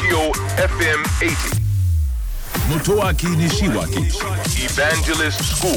Tokyo FM 80. Motoaki Nishiwaki Evangelist School.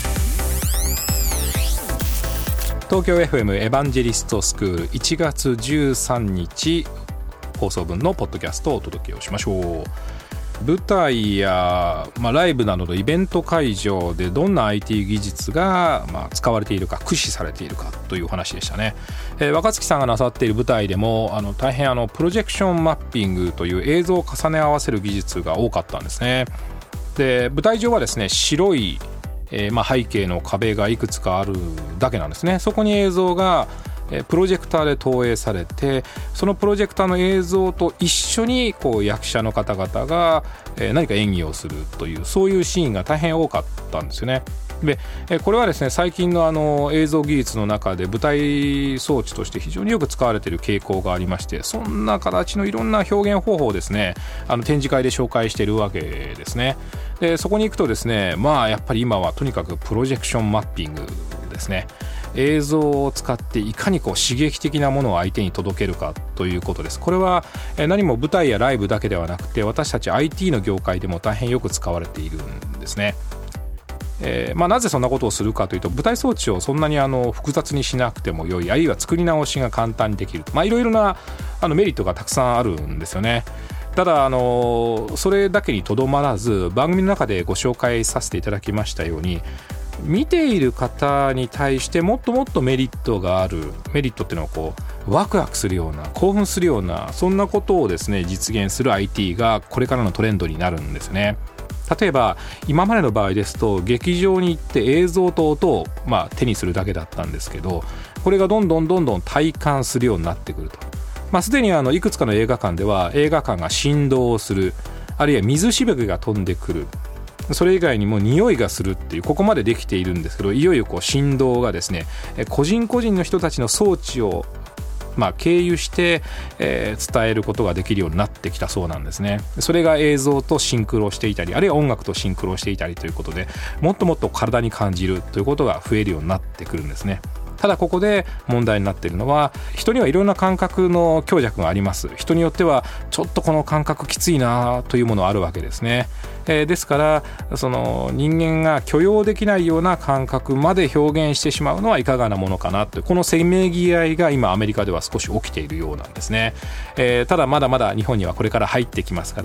東京 FM エヴァンジェリストスクール1月13日放送分のポッドキャストをお届けをしましょう。舞台や、ライブなどのイベント会場でどんな IT 技術が、使われているか駆使されているかというお話でしたね。若月さんがなさっている舞台でも大変プロジェクションマッピングという映像を重ね合わせる技術が多かったんですね。で舞台上はですね白い、背景の壁がいくつかあるだけなんですね。そこに映像がプロジェクターで投影されて、そのプロジェクターの映像と一緒に役者の方々が何か演技をするという、そういうシーンが大変多かったんですよね。でこれはですね最近の映像技術の中で舞台装置として非常によく使われている傾向がありまして、そんな形のいろんな表現方法をですね展示会で紹介しているわけですね。でそこに行くとですねやっぱり今はとにかくプロジェクションマッピングですね。映像を使っていかに刺激的なものを相手に届けるかということです。これは何も舞台やライブだけではなくて、私たち IT の業界でも大変よく使われているんですね。なぜそんなことをするかというと、舞台装置をそんなに複雑にしなくても良い、あるいは作り直しが簡単にできる、いろいろなメリットがたくさんあるんですよね。ただそれだけにとどまらず、番組の中でご紹介させていただきましたように、見ている方に対してもっともっとメリットがある。メリットっていうのはワクワクするような、興奮するような、そんなことをですね実現する IT がこれからのトレンドになるんですね。例えば今までの場合ですと、劇場に行って映像と音を手にするだけだったんですけど、これがどんどん体感するようになってくると。すでにいくつかの映画館では映画館が振動する、あるいは水しぶきが飛んでくる、それ以外にも匂いがするっていう、ここまでできているんですけど、いよいよ振動がですね個人個人の人たちの装置を経由して、伝えることができるようになってきたそうなんですね。それが映像とシンクロしていたり、あるいは音楽とシンクロしていたりということで、もっともっと体に感じるということが増えるようになってくるんですね。ただここで問題になっているのは、人にはいろんな感覚の強弱があります。人によってはちょっとこの感覚きついなというものがあるわけですね。ですからその人間が許容できないような感覚まで表現してしまうのはいかがなものかなという、このせめぎ合いが今アメリカでは少し起きているようなんですね。ただまだまだ日本にはこれから入ってきますから、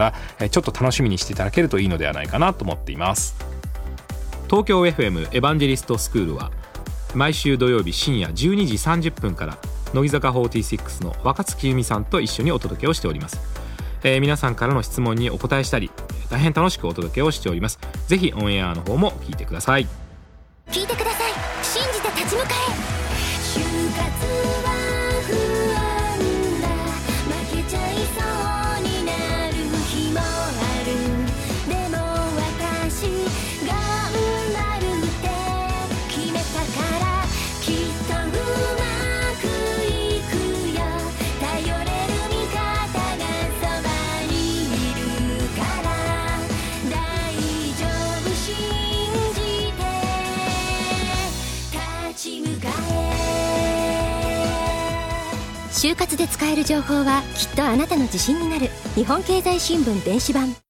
ちょっと楽しみにしていただけるといいのではないかなと思っています。東京 FM エヴァンジェリストスクールは毎週土曜日深夜12時30分から乃木坂46の若月由美さんと一緒にお届けをしております。皆さんからの質問にお答えしたり、大変楽しくお届けをしております。ぜひオンエアの方も聞いてください。 聞いてください。信じて立ち向かえ。就活は不安だ、負けちゃいそうになる日もある。でも私頑張るって決めたから、きっとうまくいくよ。頼れる味方がそばにいるから、大丈夫、信じて立ち向かえ。就活で使える情報はきっとあなたの自信になる。日本経済新聞電子版。